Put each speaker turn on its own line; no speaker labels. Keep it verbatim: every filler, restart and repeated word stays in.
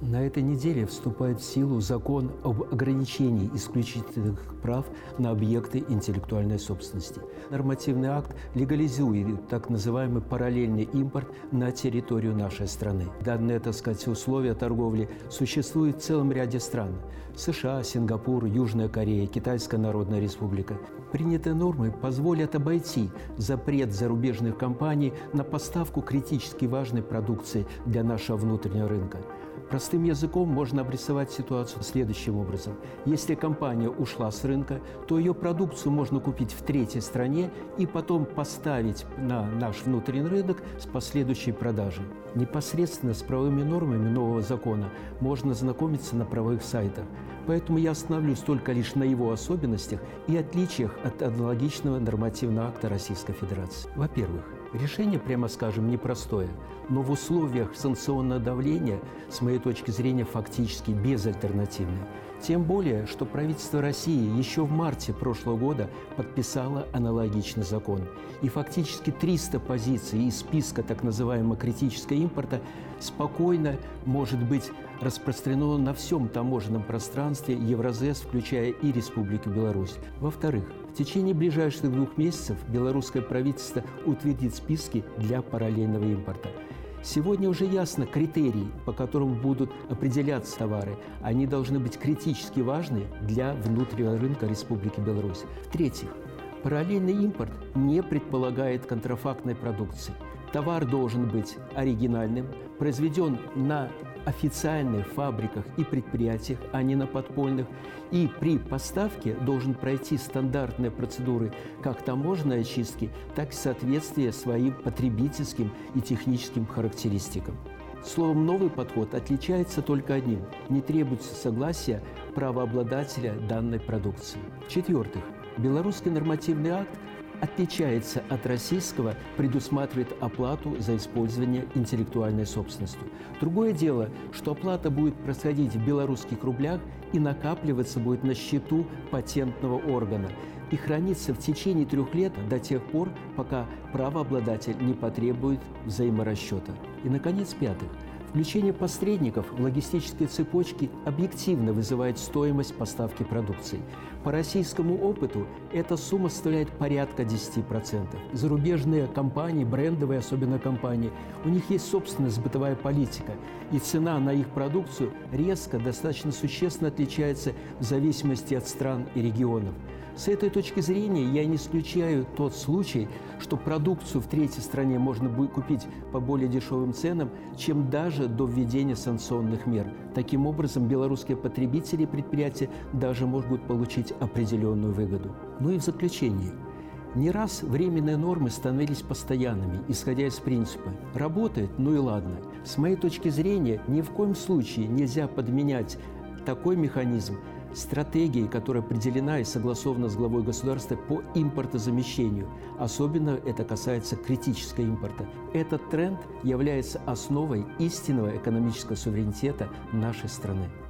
На этой неделе вступает в силу закон об ограничении исключительных прав на объекты интеллектуальной собственности. Нормативный акт легализует так называемый параллельный импорт на территорию нашей страны. Данные, так сказать, условия торговли существуют в целом ряде стран – США, Сингапур, Южная Корея, Китайская Народная Республика. Принятые нормы позволят обойти запрет зарубежных компаний на поставку критически важной продукции для нашего внутреннего рынка. Простым языком можно обрисовать ситуацию следующим образом. Если компания ушла с рынка, то ее продукцию можно купить в третьей стране и потом поставить на наш внутренний рынок с последующей продажей. Непосредственно с правовыми нормами нового закона можно знакомиться на правовых сайтах. Поэтому я остановлюсь только лишь на его особенностях и отличиях от аналогичного нормативного акта Российской Федерации. Во-первых, решение, прямо скажем, непростое, но в условиях санкционного давления, с моей точки зрения, фактически безальтернативное. Тем более, что правительство России еще в марте прошлого года подписало аналогичный закон. И фактически триста позиций из списка так называемого критического импорта спокойно может быть распространено на всем таможенном пространстве Евразес, включая и Республику Беларусь. Во-вторых, в течение ближайших двух месяцев белорусское правительство утвердит списки для параллельного импорта. Сегодня уже ясно критерии, по которым будут определяться товары. Они должны быть критически важны для внутреннего рынка Республики Беларусь. В-третьих, параллельный импорт не предполагает контрафактной продукции. Товар должен быть оригинальным, произведен на официальных фабриках и предприятиях, а не на подпольных, и при поставке должен пройти стандартные процедуры как таможенной очистки, так и соответствия своим потребительским и техническим характеристикам. Словом, новый подход отличается только одним – не требуется согласия правообладателя данной продукции. В-четвертых, белорусский нормативный акт отличается от российского, предусматривает оплату за использование интеллектуальной собственности. Другое дело, что оплата будет происходить в белорусских рублях и накапливаться будет на счету патентного органа и храниться в течение трех лет до тех пор, пока правообладатель не потребует взаиморасчета. И, наконец, пятых. Включение посредников в логистические цепочки объективно вызывает стоимость поставки продукции. По российскому опыту эта сумма составляет порядка десяти процентов. Зарубежные компании, брендовые особенно компании, у них есть собственная сбытовая политика, и цена на их продукцию резко, достаточно существенно отличается в зависимости от стран и регионов. С этой точки зрения я не исключаю тот случай, что продукцию в третьей стране можно будет купить по более дешевым ценам, чем даже до введения санкционных мер. Таким образом, белорусские потребители и предприятия даже могут получить определенную выгоду. Ну и в заключение. Не раз временные нормы становились постоянными, исходя из принципа «работает, ну и ладно». С моей точки зрения, ни в коем случае нельзя подменять такой механизм стратегией, которая определена и согласована с главой государства по импортозамещению. Особенно это касается критического импорта. Этот тренд является основой истинного экономического суверенитета нашей страны.